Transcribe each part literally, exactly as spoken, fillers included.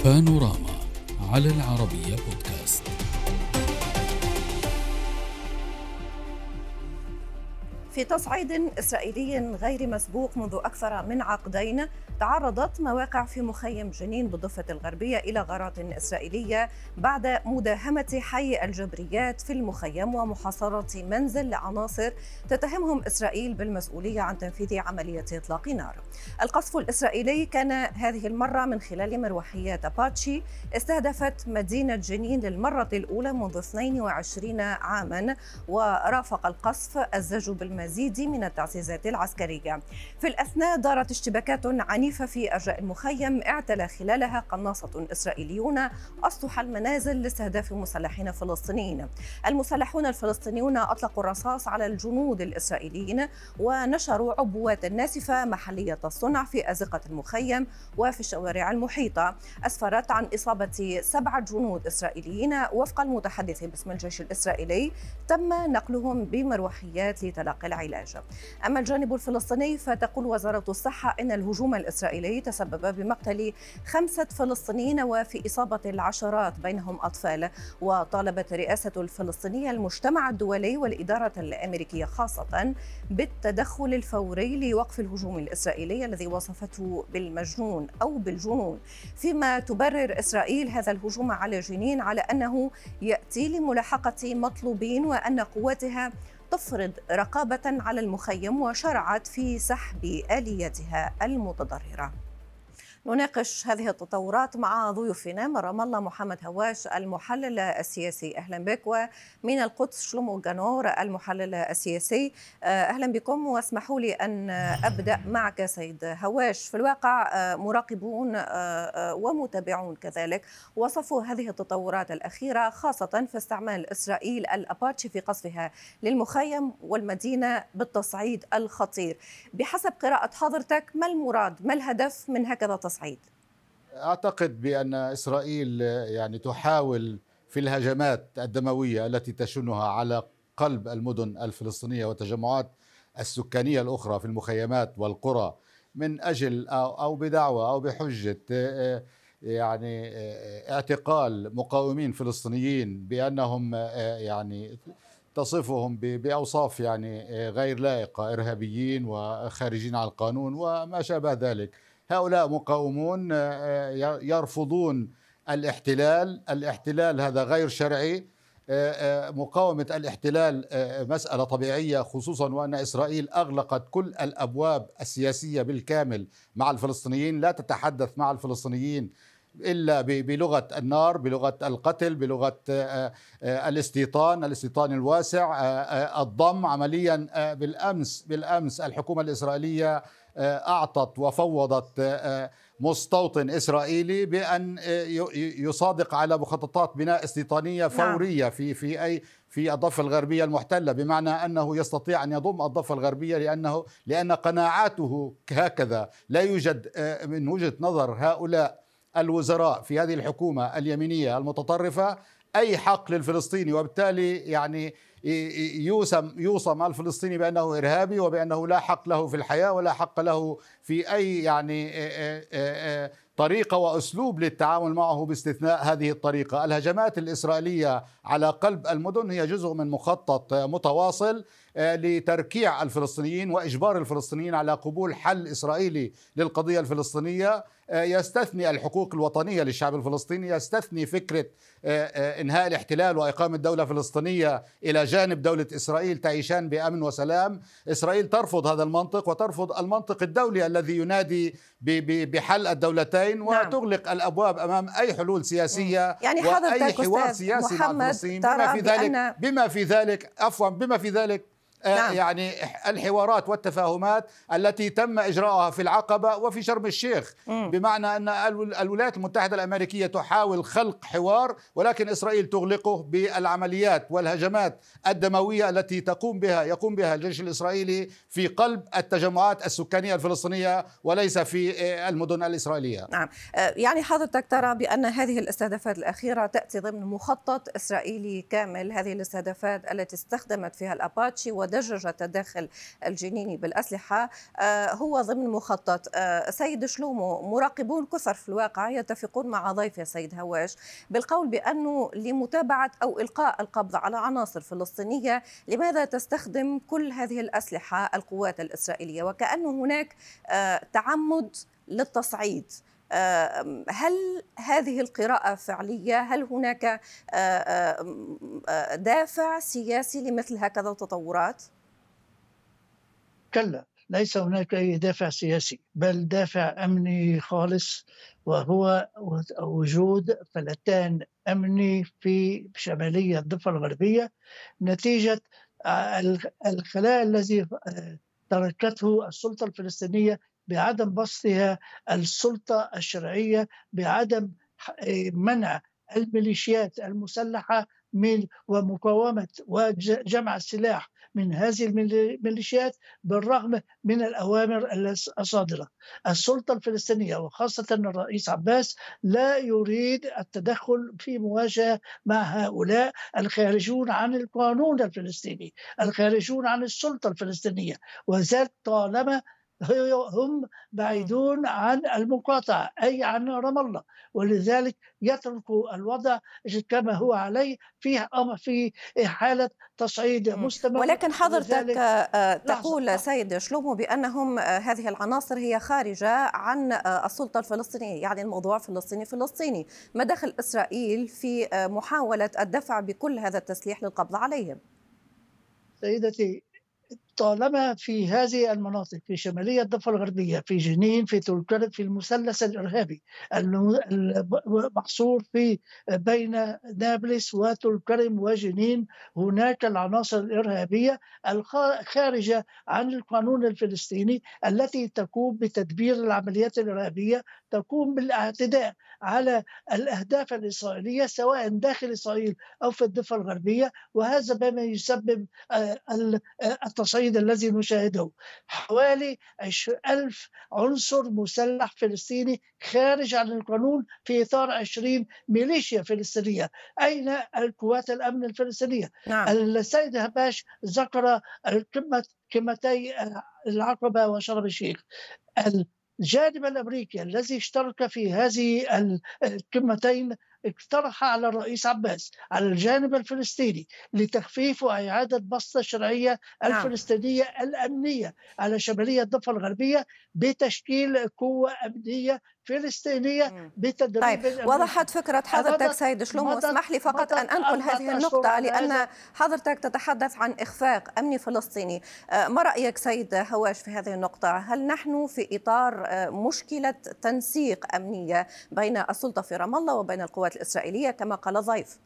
بانوراما على العربية بودكاست. في تصعيد إسرائيلي غير مسبوق منذ أكثر من عقدين، تعرضت مواقع في مخيم جنين بالضفة الغربية إلى غارات إسرائيلية بعد مداهمة حي الجبريات في المخيم ومحاصرة منزل لعناصر تتهمهم إسرائيل بالمسؤولية عن تنفيذ عملية إطلاق نار. القصف الإسرائيلي كان هذه المرة من خلال مروحيات أباتشي استهدفت مدينة جنين للمرة الأولى منذ اثنين وعشرين عاما، ورافق القصف الزج بالمزيد من التعزيزات العسكرية. في الأثناء دارت اشتباكات عنيفة في أرجاء المخيم اعتلى خلالها قناصة إسرائيليون أسطح المنازل لاستهداف مسلحين فلسطينيين. المسلحون الفلسطينيون أطلقوا الرصاص على الجنود الإسرائيليين ونشروا عبوات ناسفة محلية الصنع في أزقة المخيم وفي الشوارع المحيطة، أسفرت عن إصابة سبعة جنود إسرائيليين وفق المتحدث باسم الجيش الإسرائيلي تم نقلهم بمروحيات لتلقي العلاج. أما الجانب الفلسطيني فتقول وزارة الصحة إن الهجوم الإسرائيلي تسبب بمقتل خمسة فلسطينيين وفي إصابة العشرات بينهم أطفال. وطالبت الرئاسة الفلسطينية المجتمع الدولي والإدارة الأمريكية خاصة بالتدخل الفوري لوقف الهجوم الإسرائيلي الذي وصفته بالمجنون أو بالجنون، فيما تبرر إسرائيل هذا الهجوم على جنين على أنه يأتي لملاحقة مطلوبين وأن قواتها تفرض رقابة على المخيم وشرعت في سحب آلياتها المتضررة. نناقش هذه التطورات مع ضيوفنا من رام الله محمد هواش المحلل السياسي، أهلا بك، ومن القدس شلومو جانور المحلل السياسي. أهلا بكم، واسمحوا لي أن أبدأ معك سيد هواش. في الواقع مراقبون ومتابعون كذلك وصفوا هذه التطورات الأخيرة خاصة في استعمال إسرائيل الأباتشي في قصفها للمخيم والمدينة بالتصعيد الخطير. بحسب قراءة حضرتك ما المراد، ما الهدف من هكذا تصعيد؟ أعتقد بأن إسرائيل يعني تحاول في الهجمات الدموية التي تشنها على قلب المدن الفلسطينية والتجمعات السكانية الأخرى في المخيمات والقرى من أجل أو بدعوة أو بحجة يعني اعتقال مقاومين فلسطينيين بأنهم يعني تصفهم بأوصاف يعني غير لائقة، إرهابيين وخارجين عن القانون وما شابه ذلك. هؤلاء مقاومون يرفضون الاحتلال، الاحتلال هذا غير شرعي. مقاومة الاحتلال مسألة طبيعية، خصوصا وأن إسرائيل أغلقت كل الأبواب السياسية بالكامل مع الفلسطينيين، لا تتحدث مع الفلسطينيين إلا بلغة النار، بلغة القتل، بلغة الاستيطان الاستيطان الواسع، الضم عمليا. بالأمس بالأمس الحكومة الإسرائيلية أعطت وفوضت مستوطن إسرائيلي بأن يصادق على مخططات بناء استيطانية فورية في في أي في الضفة الغربية المحتلة، بمعنى أنه يستطيع أن يضم الضفة الغربية لأنه لأن قناعاته هكذا. لا يوجد من وجهة نظر هؤلاء الوزراء في هذه الحكومة اليمينية المتطرفة أي حق للفلسطيني، وبالتالي يعني يوسم يوصم الفلسطيني بأنه إرهابي وبأنه لا حق له في الحياة ولا حق له في أي يعني طريقة وأسلوب للتعامل معه باستثناء هذه الطريقة. الهجمات الإسرائيلية على قلب المدن هي جزء من مخطط متواصل لتركيع الفلسطينيين وإجبار الفلسطينيين على قبول حل إسرائيلي للقضية الفلسطينية يستثني الحقوق الوطنية للشعب الفلسطيني، يستثني فكرة إنهاء الاحتلال وإقامة دولة فلسطينية إلى جانب دولة إسرائيل تعيشان بأمن وسلام. إسرائيل ترفض هذا المنطق وترفض المنطق الدولي الذي ينادي بحل الدولتين وتغلق الأبواب أمام أي حلول سياسية يعني وأي حوار سياسي مع الفلسطينيين، بما في ذلك بما في ذلك عفوا بما في ذلك نعم. يعني الحوارات والتفاهمات التي تم إجراءها في العقبة وفي شرم الشيخ، م. بمعنى أن الولايات المتحدة الأمريكية تحاول خلق حوار ولكن إسرائيل تغلقه بالعمليات والهجمات الدموية التي تقوم بها يقوم بها الجيش الإسرائيلي في قلب التجمعات السكانية الفلسطينية وليس في المدن الإسرائيلية. نعم، يعني حضرتك ترى بأن هذه الاستهدافات الأخيرة تأتي ضمن مخطط إسرائيلي كامل، هذه الاستهدافات التي استخدمت فيها الأباتشي ودجج التداخل الجنيني بالأسلحة هو ضمن مخطط. سيد شلومو، مراقبون كثر في الواقع يتفقون مع ضيف سيد هواش بالقول بأنه لمتابعة أو إلقاء القبض على عناصر فلسطينية لماذا تستخدم كل هذه الأسلحة القوات الإسرائيلية، وكأنه هناك تعمد للتصعيد. هل هذه القراءة فعلية؟ هل هناك دافع سياسي لمثل هكذا التطورات؟ كلا، ليس هناك أي دافع سياسي، بل دافع أمني خالص، وهو وجود فلتان أمني في شمالية الضفة الغربية نتيجة الخلاء الذي تركته السلطة الفلسطينية بعدم بسطها السلطة الشرعية، بعدم منع الميليشيات المسلحة من ومقاومة وجمع السلاح من هذه الميليشيات بالرغم من الأوامر الصادرة. السلطة الفلسطينية وخاصة الرئيس عباس لا يريد التدخل في مواجهة مع هؤلاء الخارجون عن القانون الفلسطيني، الخارجون عن السلطة الفلسطينية، وذلك طالما هم بعيدون عن المقاطعة أي عن رام الله، ولذلك يتركوا الوضع كما هو عليه في في حالة تصعيد مستمر. ولكن حضرتك تقول سيد شلومو بأنهم هذه العناصر هي خارجة عن السلطة الفلسطينية، يعني الموضوع فلسطيني فلسطيني. ما دخل إسرائيل في محاولة الدفع بكل هذا التسليح للقبض عليهم؟ سيدتي، طالما في هذه المناطق في شمالية الضفة الغربية، في جنين، في طول في المثلث الإرهابي المحصور في بين نابلس وطول كرم وجنين، هناك العناصر الإرهابية الخارجة عن القانون الفلسطيني التي تقوم بتدبير العمليات الإرهابية، تقوم بالاعتداء على الأهداف الإسرائيلية سواء داخل إسرائيل أو في الضفة الغربية، وهذا بما يسبب التصعيد الذي نشاهده. حوالي ألف عنصر مسلح فلسطيني خارج عن القانون في إطار عشرين ميليشيا فلسطينية. أين القوات الأمن الفلسطينية؟ نعم. السيد هباش ذكر القمة قمتي العقبة وشرم الشيخ. الجانب الأمريكي الذي اشترك في هذه القمتين اقترح على الرئيس عباس على الجانب الفلسطيني لتخفيف وإعادة بسط الشرعية الفلسطينية الأمنية على شمالية الضفة الغربية بتشكيل قوة أمنية فلسطينية بتدريب. طيب، وضحت فكرة حضرتك سيد شلومو. اسمح لي فقط أن أنقل هذه النقطة، لأن حضرتك تتحدث عن إخفاق أمني فلسطيني. ما رأيك سيد هواش في هذه النقطة؟ هل نحن في إطار مشكلة تنسيق أمنية بين السلطة في رام الله وبين القوات الإسرائيلية كما قال ضيف؟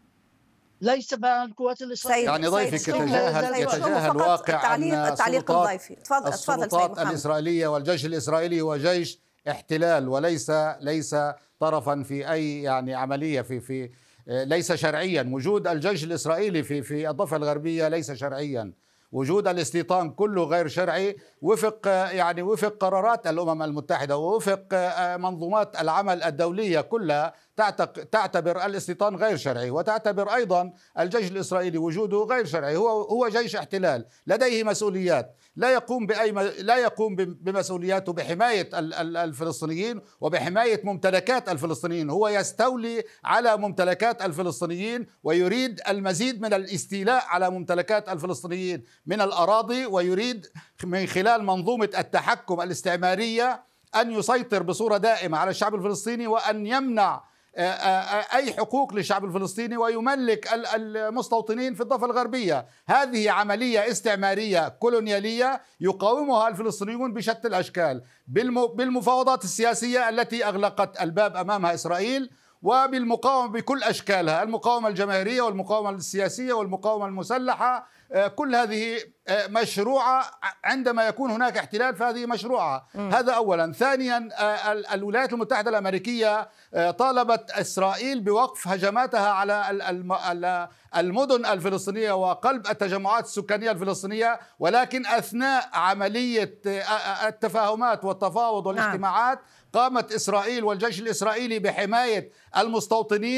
ليس مع القوات الإسرائيلية. يعني ضيفك يتجاهل يتجاهل واقع أن التعليق الضيفي. تفضل السلطات الإسرائيلية والجيش الإسرائيلي هو جيش احتلال وليس ليس طرفا في أي يعني عملية في في ليس شرعيا. وجود الجيش الإسرائيلي في في الضفة الغربية ليس شرعيا. وجود الاستيطان كله غير شرعي وفق يعني وفق قرارات الأمم المتحدة ووفق منظومات العمل الدولية كلها تعتبر الاستيطان غير شرعي، وتعتبر أيضا الجيش الإسرائيلي وجوده غير شرعي. هو هو جيش احتلال لديه مسؤوليات، لا يقوم بأي لا يقوم بمسؤولياته بحماية الفلسطينيين وبحماية ممتلكات الفلسطينيين. هو يستولي على ممتلكات الفلسطينيين ويريد المزيد من الاستيلاء على ممتلكات الفلسطينيين من الأراضي، ويريد من خلال منظومة التحكم الاستعمارية أن يسيطر بصورة دائمة على الشعب الفلسطيني وأن يمنع أي حقوق للشعب الفلسطيني ويملك المستوطنين في الضفة الغربية. هذه عملية استعمارية كولونيالية يقاومها الفلسطينيون بشتى الأشكال بالمفاوضات السياسية التي أغلقت الباب أمامها إسرائيل، وبالمقاومة بكل أشكالها، المقاومة الجماهيرية والمقاومة السياسية والمقاومة المسلحة. كل هذه مشروعة عندما يكون هناك احتلال، فهذه مشروعة. م. هذا أولا. ثانيا، الولايات المتحدة الأمريكية طالبت إسرائيل بوقف هجماتها على المدن الفلسطينية وقلب التجمعات السكانية الفلسطينية، ولكن أثناء عملية التفاهمات والتفاوض والاجتماعات قامت إسرائيل والجيش الإسرائيلي بحماية المستوطنين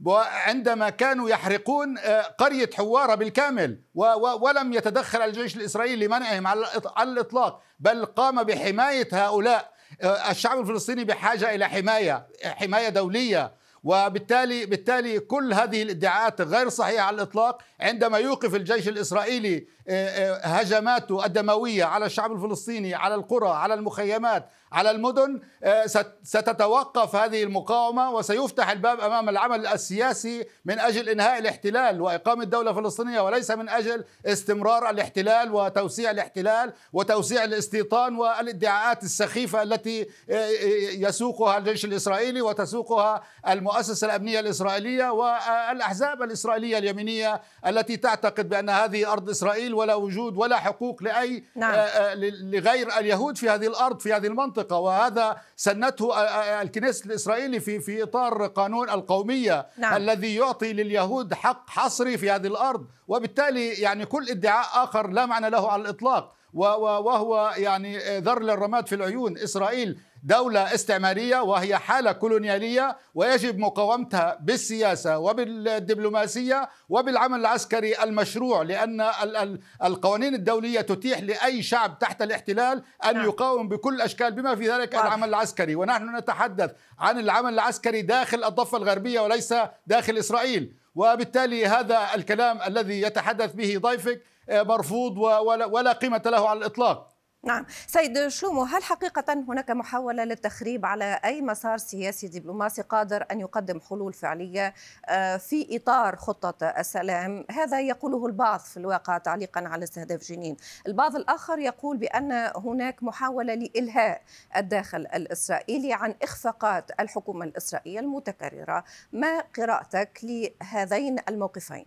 عندما كانوا يحرقون قرية حوارة بالكامل، ولم يتدخل الجيش الإسرائيلي لمنعهم على الإطلاق، بل قام بحماية هؤلاء. الشعب الفلسطيني بحاجة إلى حماية حماية دولية، وبالتالي بالتالي كل هذه الادعاءات غير صحيحة على الإطلاق. عندما يوقف الجيش الإسرائيلي هجماته الدموية على الشعب الفلسطيني، على القرى، على المخيمات، على المدن، ستتوقف هذه المقاومة وسيفتح الباب أمام العمل السياسي من أجل إنهاء الاحتلال وإقامة دولة فلسطينية، وليس من أجل استمرار الاحتلال وتوسيع الاحتلال وتوسيع الاستيطان والادعاءات السخيفة التي يسوقها الجيش الإسرائيلي وتسوقها المؤسسة الأمنية الإسرائيلية والأحزاب الإسرائيلية اليمينية التي تعتقد بأن هذه أرض إسرائيل ولا وجود ولا حقوق لأي نعم. لغير اليهود في هذه الأرض في هذه المنطقة. وهذا سنته الكنيست الإسرائيلي في في إطار قانون القومية نعم. الذي يعطي لليهود حق حصري في هذه الأرض، وبالتالي يعني كل ادعاء آخر لا معنى له على الإطلاق، وهو يعني ذر للرماد في العيون. إسرائيل دولة استعمارية وهي حالة كولونيالية، ويجب مقاومتها بالسياسة وبالدبلوماسية وبالعمل العسكري المشروع، لأن القوانين الدولية تتيح لأي شعب تحت الاحتلال أن يقاوم بكل الأشكال بما في ذلك العمل العسكري. ونحن نتحدث عن العمل العسكري داخل الضفة الغربية وليس داخل إسرائيل، وبالتالي هذا الكلام الذي يتحدث به ضيفك مرفوض ولا قيمة له على الإطلاق. نعم سيد شلومو، هل حقيقة هناك محاولة للتخريب على أي مسار سياسي دبلوماسي قادر أن يقدم حلول فعلية في إطار خطة السلام؟ هذا يقوله البعض في الواقع تعليقا على استهداف جنين. البعض الآخر يقول بأن هناك محاولة لإلهاء الداخل الإسرائيلي عن إخفاقات الحكومة الإسرائيلية المتكررة. ما قراءتك لهذين الموقفين؟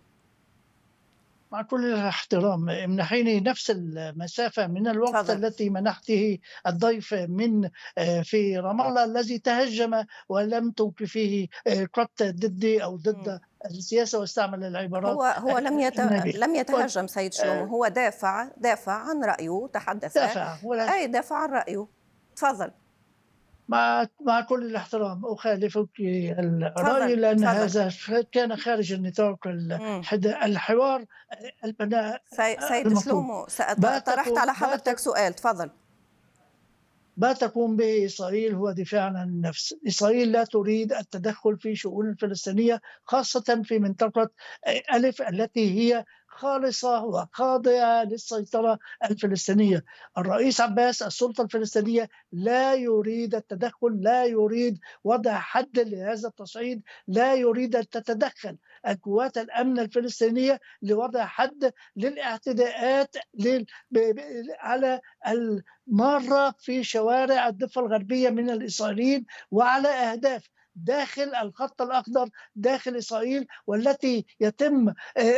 مع كل الاحترام، منحيني نفس المسافة من الوقت فضل. التي منحته الضيف من في رام الله الذي تهجم ولم توقفيه قط ضدي أو ضد م. السياسة واستعمل العبارات. هو هو لم يت... لم يتهجم سيد شلومو، هو دافع دافع عن رأيه، تحدث دافع ولا... أي دافع عن رأيه. تفضل. مع مع كل الاحترام أخالفك الرأي لأن فضل. هذا كان خارج النطاق الحوار. البناء سيد شلومو، طرحت على حضرتك سؤال. تفضل. ما تقوم به إسرائيل هو دفاع عن النفس. إسرائيل لا تريد التدخل في شؤون الفلسطينية، خاصة في منطقة ألف التي هي خالصة وخاضعة للسيطرة الفلسطينية. الرئيس عباس السلطة الفلسطينية لا يريد التدخل، لا يريد وضع حد لهذا التصعيد، لا يريد أن تتدخل القوات الأمن الفلسطينية لوضع حد للاعتداءات على المارة في شوارع الضفة الغربية من الإسرائيليين وعلى أهداف داخل الخط الأخضر داخل إسرائيل، والتي يتم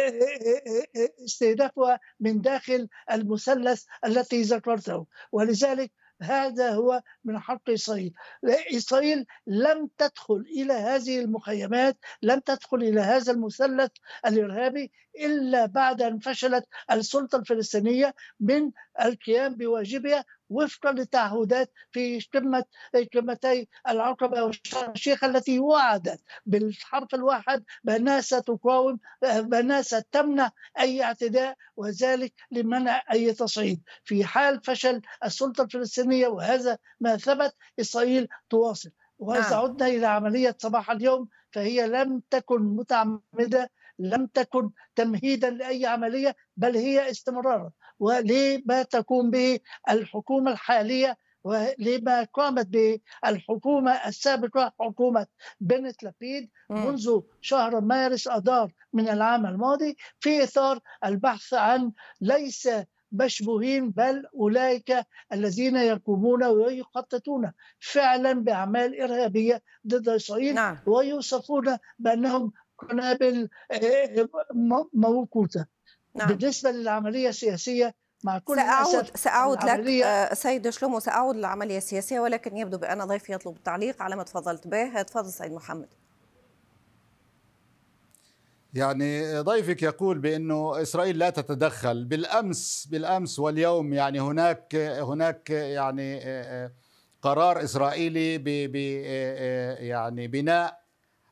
استهدافها من داخل المثلث التي ذكرته. ولذلك هذا هو من حق إسرائيل. إسرائيل لم تدخل إلى هذه المخيمات، لم تدخل إلى هذا المثلث الإرهابي إلا بعد أن فشلت السلطة الفلسطينية من القيام بواجبها وفقا للتعهدات في قمة قمتي العقبة وشرم الشيخ، التي وعدت بالحرف الواحد بأنها ستقاوم، بأنها ستمنع أي اعتداء، وذلك لمنع أي تصعيد. في حال فشل السلطة الفلسطينية وهذا ما ثبت، إسرائيل تواصل. وإذا عدنا إلى عملية صباح اليوم فهي لم تكن متعمدة، لم تكن تمهيدا لأي عملية، بل هي استمرارا ولما تقوم به الحكومة الحالية ولما قامت به الحكومة السابقة، حكومة بنت لبيد، منذ شهر مارس أذار من العام الماضي، في إطار البحث عن ليس مشبوهين بل أولئك الذين يقومون ويخططون فعلا بأعمال إرهابية ضد إسرائيل. نعم. ويوصفون بأنهم قنابل موقوتة. نعم. بالنسبة للعملية السياسية، مع كل سأعود, سأعود لك سيد شلومو، سأعود للعملية السياسية، ولكن يبدو بأن ضيفي يطلب التعليق على ما تفضلت به. تفضل سيد محمد. يعني ضيفك يقول بأنه إسرائيل لا تتدخل. بالأمس بالأمس واليوم يعني هناك هناك يعني قرار إسرائيلي ب يعني بناء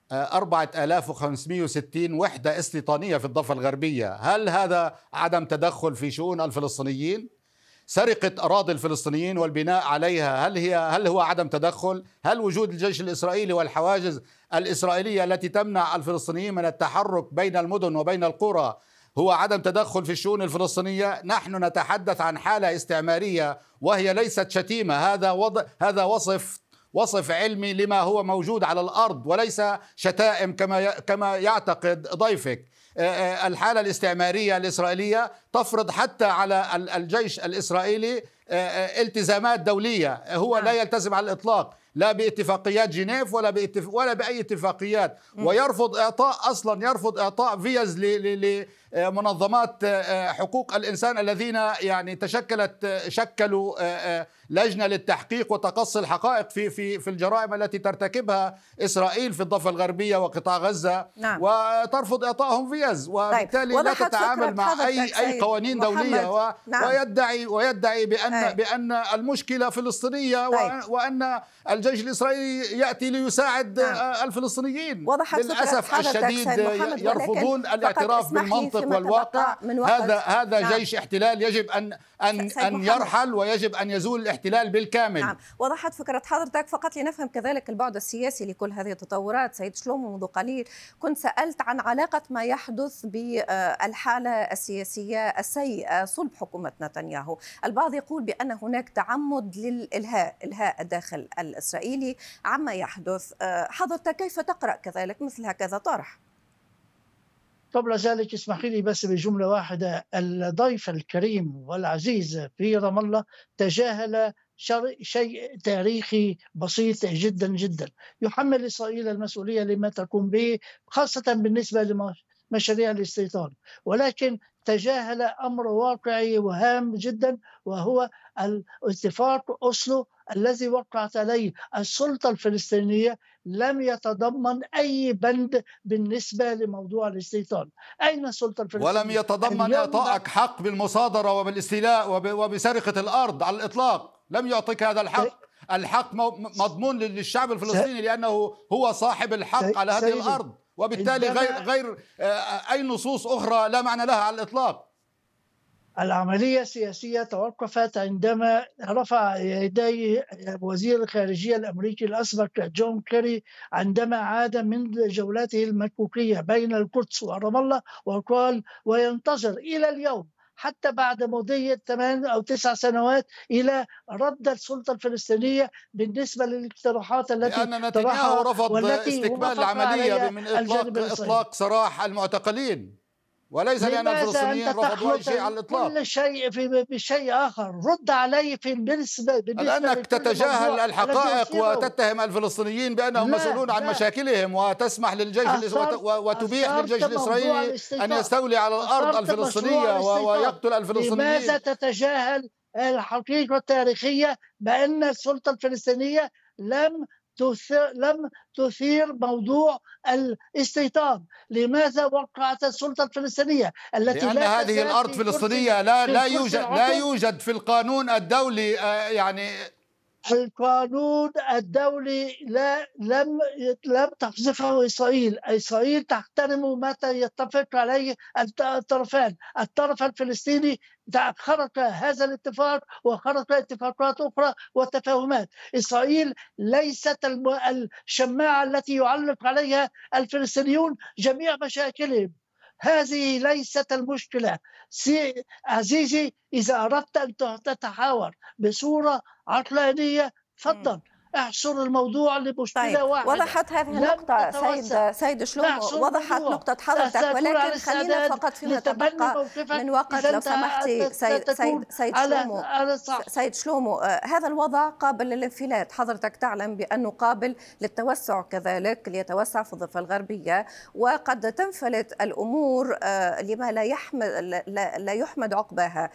أربعة آلاف وخمسمئة وستين وحدة استيطانية في الضفة الغربية. هل هذا عدم تدخل في شؤون الفلسطينيين؟ سرقة أراضي الفلسطينيين والبناء عليها هل هي هل هو عدم تدخل؟ هل وجود الجيش الإسرائيلي والحواجز الإسرائيلية التي تمنع الفلسطينيين من التحرك بين المدن وبين القرى هو عدم تدخل في الشؤون الفلسطينية؟ نحن نتحدث عن حالة استعمارية وهي ليست شتيمة، هذا وضع هذا وصف وصف علمي لما هو موجود على الأرض وليس شتائم كما كما يعتقد ضيفك. الحالة الاستعمارية الإسرائيلية تفرض حتى على الجيش الإسرائيلي التزامات دولية هو لا يلتزم على الإطلاق، لا باتفاقيات جنيف ولا باتفاق ولا بأي اتفاقيات، ويرفض إعطاء أصلا يرفض إعطاء فيز لمنظمات حقوق الإنسان الذين يعني تشكلت شكلوا لجنة للتحقيق وتقصي الحقائق في في في الجرائم التي ترتكبها إسرائيل في الضفة الغربية وقطاع غزة. نعم. وترفض إعطائهم فيز، وبالتالي طيب. لا تتعامل مع أي أي قوانين دولية و... نعم. ويدعي ويدعي بأن أي. بأن المشكلة فلسطينية طيب. وأن الجيش الإسرائيلي يأتي ليساعد نعم. الفلسطينيين. للأسف الشديد يرفضون الاعتراف بالمنطق والواقع. هذا هذا نعم. جيش احتلال يجب أن أن أن يرحل ويجب أن يزول الاحتلال بالكامل. نعم. وضحت فكرة حضرتك، فقط لنفهم كذلك البعد السياسي لكل هذه التطورات. سيد شلومو، منذ قليل كنت سألت عن علاقة ما يحدث بالحالة السياسية السيئة صلب حكومة نتنياهو. البعض يقول بأن هناك تعمد للإلهاء إلهاء الداخل الإسرائيلي عما يحدث. حضرتك كيف تقرأ كذلك مثل هكذا طرح؟ قبل ذلك اسمحي لي بس بجملة واحدة. الضيف الكريم والعزيز في رام الله تجاهل شيء تاريخي بسيط جدا جدا. يحمل إسرائيل المسؤولية لما تقوم به خاصة بالنسبة لمشاريع الاستيطان، ولكن تجاهل أمر واقعي وهام جدا، وهو الاتفاق أوسلو الذي وقعت عليه السلطة الفلسطينية لم يتضمن أي بند بالنسبة لموضوع الاستيطان. أين السلطة الفلسطينية؟ ولم يتضمن إعطائك حق بالمصادرة وبالاستيلاء وبسرقة الأرض على الإطلاق. لم يعطيك هذا الحق. الحق مضمون للشعب الفلسطيني لأنه هو صاحب الحق على هذه الأرض، وبالتالي غير غير أي نصوص أخرى لا معنى لها على الإطلاق. العملية السياسية توقفت عندما رفع يدي وزير الخارجية الأمريكي الأسبق جون كيري عندما عاد من جولته المكوكية بين القدس ورام الله، وقال وينتظر إلى اليوم حتى بعد مضي ثمان أو تسع سنوات إلى رد السلطة الفلسطينية بالنسبة للاقتراحات التي لأن نتنياهو رفض استكمال العملية من إطلاق, إطلاق سراح المعتقلين، وليس لأن الفلسطينيين رفضوا أي شيء على الإطلاق. كل شيء في بشيء آخر. رد علي في بالنسبة, بالنسبة لأنك تتجاهل الحقائق وتتهم الفلسطينيين بأنهم مسؤولون عن مشاكلهم، وتسمح للجيش وتبيح للجيش الإسرائيلي أن يستولي على الأرض الفلسطينية ويقتل الفلسطينيين. لماذا تتجاهل الحقيقة التاريخية بأن السلطة الفلسطينية لم تثير لم تثير موضوع الاستيطان؟ لماذا وقعت السلطة الفلسطينية التي لأن لا هذه الأرض فلسطينية لا لا يوجد لا يوجد في القانون الدولي يعني القانون الدولي لا لم لم تقذفه إسرائيل. إسرائيل تحترم ما يتفق عليه الطرفان. الطرف الفلسطيني خرق هذا الاتفاق وخرق اتفاقات أخرى وتفاهمات. إسرائيل ليست الشماعة التي يعلق عليها الفلسطينيون جميع مشاكلهم. هذه ليست المشكلة. عزيزي، إذا أردت أن تتحاور بصورة عقلانية فضل احصر الموضوع لمشكلة طيب. واحدة. وضحت هذه النقطة سيد سيد شلومو، وضحت نقطة حضرتك، ولكن خلينا فقط فيما تبقى من وقت لو سمحتي سيد سيد سيد شلومو سيد شلومو هذا الوضع قابل للانفلات. حضرتك تعلم بأنه قابل للتوسع كذلك، ليتوسع في الضفة الغربية، وقد تنفلت الأمور لما لا يحمد لا, لا يحمد عقباها.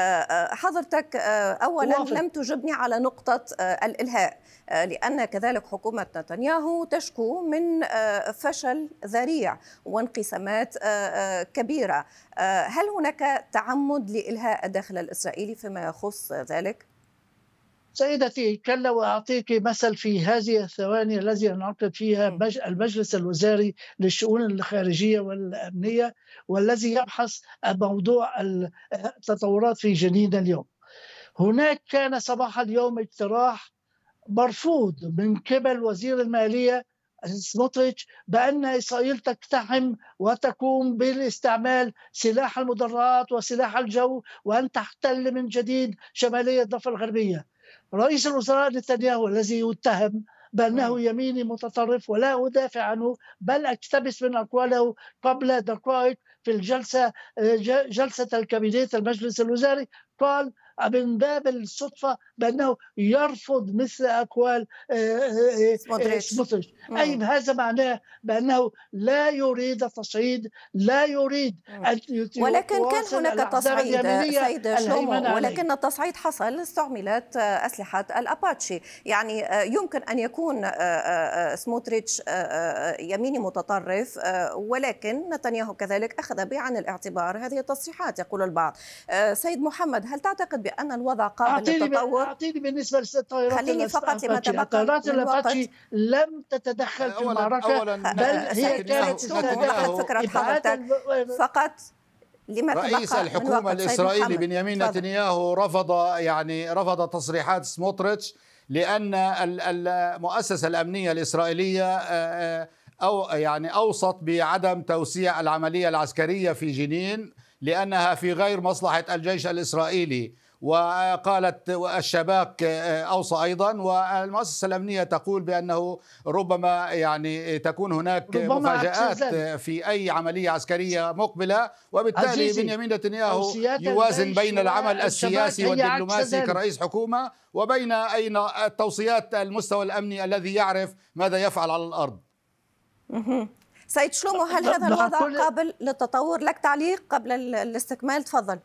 حضرتك أولا لم تجبني على نقطة الإلهاء، لأن كذلك حكومة نتنياهو تشكو من فشل ذريع وانقسامات كبيرة. هل هناك تعمد لإلهاء الداخل الإسرائيلي فيما يخص ذلك؟ سيدتي كلا، وأعطيك مثل في هذه الثواني الذي ينعقد فيها المجلس الوزاري للشؤون الخارجية والأمنية، والذي يبحث موضوع التطورات في جنين اليوم. هناك كان صباح اليوم اقتراح مرفوض من قبل وزير المالية سموتريتش بأن إسرائيل تقتحم وتقوم بالاستعمال سلاح المدرعات وسلاح الجو، وأن تحتل من جديد شمالية الضفة الغربية. رئيس الوزراء نتنياهو الذي يتهم بأنه يميني متطرف، ولا أدافع عنه بل أقتبس من أقواله قبل دقائق في الجلسة جلسة الكابينت المجلس الوزاري، قال من باب الصدفة بأنه يرفض مثل أقوال سموتريتش. أي هذا معناه بأنه لا يريد التصعيد، لا يريد أن ولكن كان هناك تصعيد سيد شلومو، ولكن التصعيد حصل، استعملت أسلحة الأباتشي. يعني يمكن أن يكون سموتريتش يميني متطرف، ولكن نتنياهو كذلك أخذ بعين الاعتبار هذه التصريحات يقول البعض. سيد محمد، هل تعتقد بأن الوضع قابل للتطور؟ أعطيني بالنسبة للطائرات، خليني فقط لما تبقى الطائرات الأباتشي لم تتدخل في المعركة، بل هي كانت فكرة فقط لما رئيس الحكومة الإسرائيلي بنيامين نتنياهو رفض يعني رفض تصريحات سموتريتش، لأن المؤسسة الأمنية الإسرائيلية أو يعني أوصت بعدم توسيع العملية العسكرية في جنين لأنها في غير مصلحة الجيش الإسرائيلي. وقالت الشباك أوصى أيضا، والمؤسسة الأمنية تقول بأنه ربما يعني تكون هناك مفاجآت في أي عملية عسكرية مقبلة، وبالتالي بنيامين نتنياهو يوازن بين العمل السياسي والدبلوماسي كرئيس حكومة وبين أين التوصيات المستوى الأمني الذي يعرف ماذا يفعل على الأرض. سيد شلومو، هل هذا الوضع قابل للتطور؟ لك تعليق قبل الاستكمال، تفضل.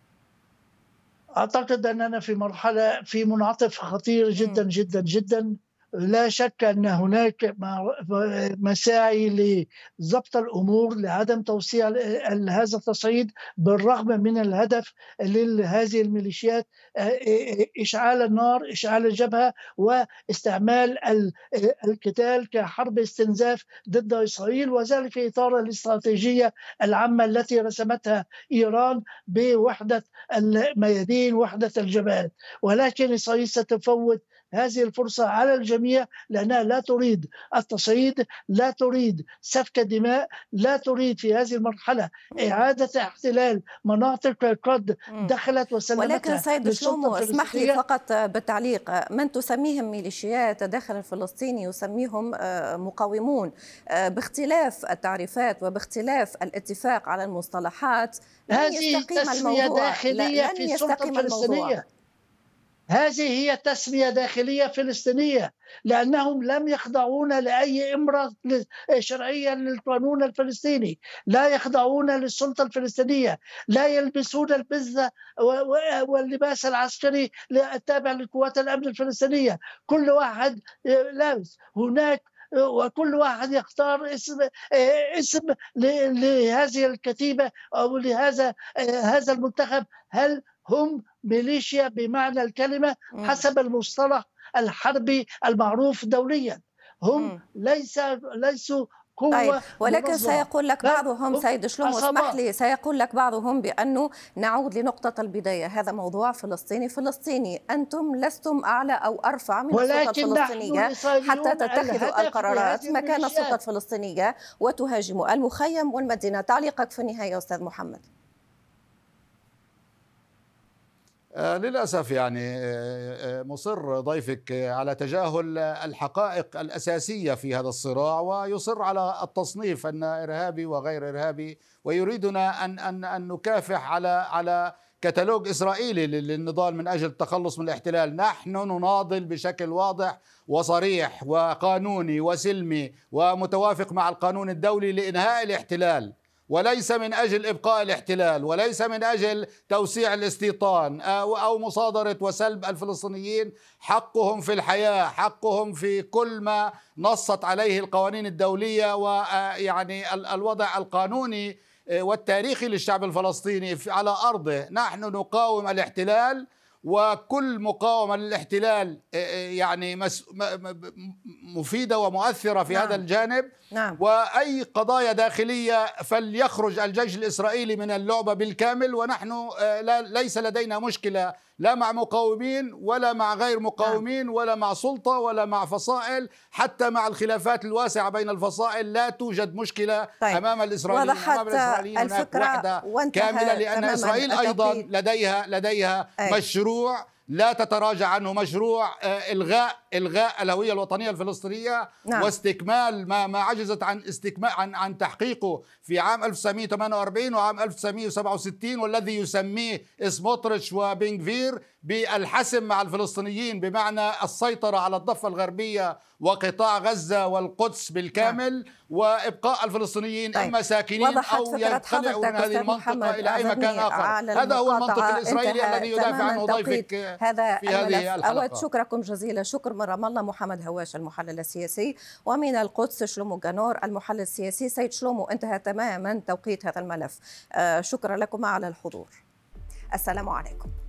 أعتقد أننا في مرحلة في منعطف خطير جدا جدا جدا. لا شك أن هناك مساعي لضبط الأمور لعدم توسيع هذا التصعيد، بالرغم من الهدف لهذه الميليشيات إشعال النار، إشعال الجبهة، واستعمال القتال كحرب استنزاف ضد إسرائيل، وذلك في إطار الاستراتيجية العامة التي رسمتها إيران بوحدة الميادين، وحدة الجبهات. ولكن إسرائيل ستفوت هذه الفرصة على الجميع، لأنها لا تريد التصعيد، لا تريد سفك دماء، لا تريد في هذه المرحلة إعادة احتلال مناطق قد دخلت وسلمتها. ولكن سيد شلومو، اسمح لي فقط بالتعليق، من تسميهم ميليشيات داخل الفلسطيني يسميهم مقاومون، باختلاف التعريفات وباختلاف الاتفاق على المصطلحات لن يستقيم الموضوع. لن يستقيم الموضوع. هذه هي تسمية داخلية فلسطينية، لأنهم لم يخضعون لأي إمرة شرعية للقانون الفلسطيني، لا يخضعون للسلطة الفلسطينية، لا يلبسون البزة واللباس العسكري التابع لقوات الأمن الفلسطينية. كل واحد لابس هناك، وكل واحد يختار اسم اسم لهذه الكتيبة أو لهذا هذا المنتخب. هل هم ميليشيا بمعنى الكلمة حسب المصطلح الحربي المعروف دوليا؟ هم ليس ليسوا قوة. طيب، ولكن منظمة. سيقول لك بعضهم، سيد شلومو اسمح لي، سيقول لك بعضهم بأنه نعود لنقطة البداية، هذا موضوع فلسطيني فلسطيني، أنتم لستم أعلى أو أرفع من السلطة الفلسطينية حتى تتخذوا القرارات مكان السلطة الفلسطينية وتهاجموا المخيم والمدينة. تعليقك في النهاية أستاذ محمد. للأسف يعني مصر ضيفك على تجاهل الحقائق الأساسية في هذا الصراع، ويصر على التصنيف أن إرهابي وغير إرهابي، ويريدنا أن أن أن نكافح على على كتالوج إسرائيلي للنضال من أجل التخلص من الاحتلال. نحن نناضل بشكل واضح وصريح وقانوني وسلمي ومتوافق مع القانون الدولي لإنهاء الاحتلال، وليس من أجل إبقاء الاحتلال، وليس من أجل توسيع الاستيطان أو, أو مصادرة وسلب الفلسطينيين حقهم في الحياة، حقهم في كل ما نصت عليه القوانين الدولية ويعني الوضع القانوني والتاريخي للشعب الفلسطيني على أرضه. نحن نقاوم الاحتلال وكل مقاومة للاحتلال يعني مفيدة ومؤثرة في نعم. هذا الجانب نعم. وأي قضايا داخلية فليخرج الجيش الإسرائيلي من اللعبة بالكامل، ونحن ليس لدينا مشكلة لا مع مقاومين ولا مع غير مقاومين نعم. ولا مع سلطة ولا مع فصائل، حتى مع الخلافات الواسعة بين الفصائل لا توجد مشكلة طيب. أمام الإسرائيليين. أمام الإسرائيليين هناك وحدة كاملة، لأن إسرائيل أيضا لديها لديها أي. مشروع لا تتراجع عنه، مشروع إلغاء إلغاء الهوية الوطنية الفلسطينية نعم. واستكمال ما ما عجزت عن استكمال عن عن تحقيقه في عام ألف وتسعمئة وثمانية وأربعين وعام ألف وتسعمئة وسبعة وستين، والذي يسميه سموتريتش وبنغفير بالحسم مع الفلسطينيين، بمعنى السيطرة على الضفة الغربية وقطاع غزة والقدس بالكامل نعم. وإبقاء الفلسطينيين طيب. إما ساكنين أو ينخلعوا من هذه المنطقة إلى أي مكان آخر. هذا هو المنطق الإسرائيلي الذي يدافع عنه ضيفك هذا في هذه الحلقة. أود شكركم جزيلا. شكر من رام الله محمد هواش المحلل السياسي، ومن القدس شلومو جانور المحلل السياسي. سيد شلومو، انتهى تماما توقيت هذا الملف. آه شكرا لكم على الحضور. السلام عليكم.